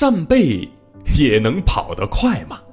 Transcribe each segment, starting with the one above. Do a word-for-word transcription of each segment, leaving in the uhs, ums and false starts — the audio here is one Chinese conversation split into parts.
扇贝也能跑得快吗？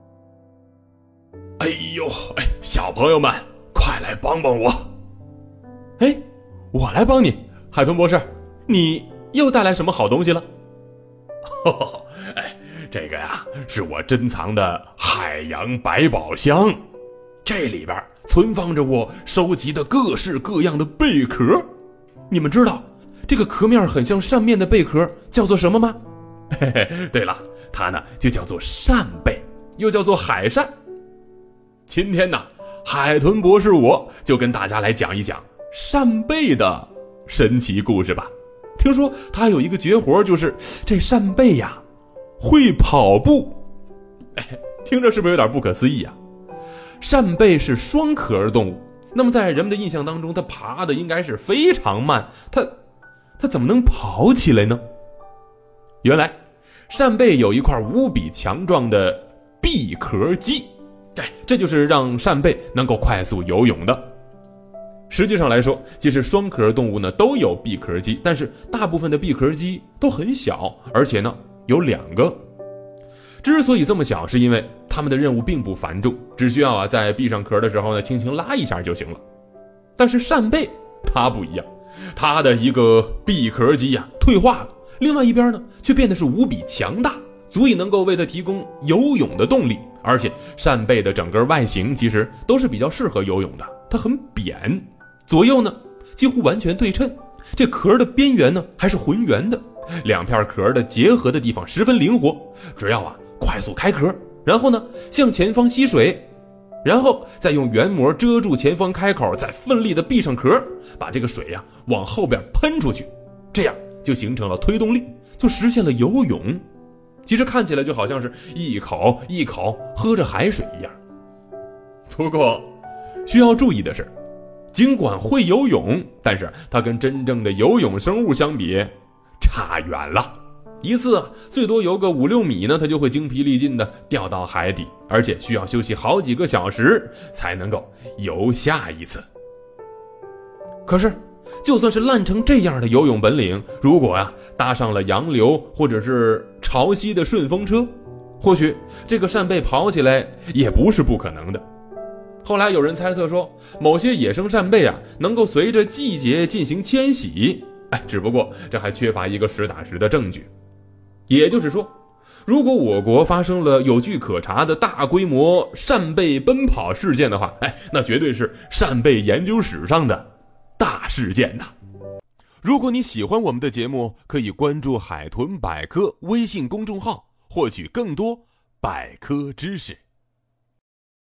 哎呦，哎，小朋友们，快来帮帮我！ 哎，我来帮你，海豚博士，你又带来什么好东西了？ 哦，哎，这个呀，是我珍藏的海洋百宝箱，这里边存放着我收集的各式各样的贝壳。 你们知道这个壳面很像扇面的贝壳叫做什么吗？ 嘿嘿，对了，它呢就叫做扇贝，又叫做海扇。今天呢，海豚博士我就跟大家来讲一讲扇贝的神奇故事吧。 听说它有一个绝活，就是这扇贝呀会跑步。哎，听着是不是有点不可思议啊？扇贝是双壳动物，那么在人们的印象当中，它爬的应该是非常慢，它它怎么能跑起来呢？原来扇贝有一块无比强壮的闭壳肌，哎，这就是让扇贝能够快速游泳的。实际上来说，其实双壳动物呢都有闭壳肌，但是大部分的闭壳肌都很小，而且呢有两个。之所以这么小，是因为它们的任务并不繁重，只需要啊在闭上壳的时候呢轻轻拉一下就行了。但是扇贝它不一样，它的一个闭壳肌啊退化了，另外一边呢却变得是无比强大，足以能够为它提供游泳的动力。而且扇贝的整个外形其实都是比较适合游泳的，它很扁，左右呢几乎完全对称，这壳的边缘呢还是浑圆的，两片壳的结合的地方十分灵活，只要啊快速开壳，然后呢向前方吸水，然后再用圆膜遮住前方开口，再奋力的闭上壳，把这个水呀、啊、往后边喷出去，这样就形成了推动力，就实现了游泳。其实看起来就好像是一口一口喝着海水一样。不过需要注意的是，尽管会游泳，但是它跟真正的游泳生物相比差远了。一次最多游个五六米呢，它就会精疲力尽的掉到海底，而且需要休息好几个小时才能够游下一次。可是就算是烂成这样的游泳本领，如果呀、啊、搭上了洋流或者是潮汐的顺风车，或许这个扇贝跑起来也不是不可能的。后来有人猜测说，某些野生扇贝啊能够随着季节进行迁徙，哎，只不过这还缺乏一个实打实的证据。也就是说，如果我国发生了有据可查的大规模扇贝奔跑事件的话，哎，那绝对是扇贝研究史上的大事件呐！如果你喜欢我们的节目，可以关注海豚百科微信公众号，获取更多百科知识。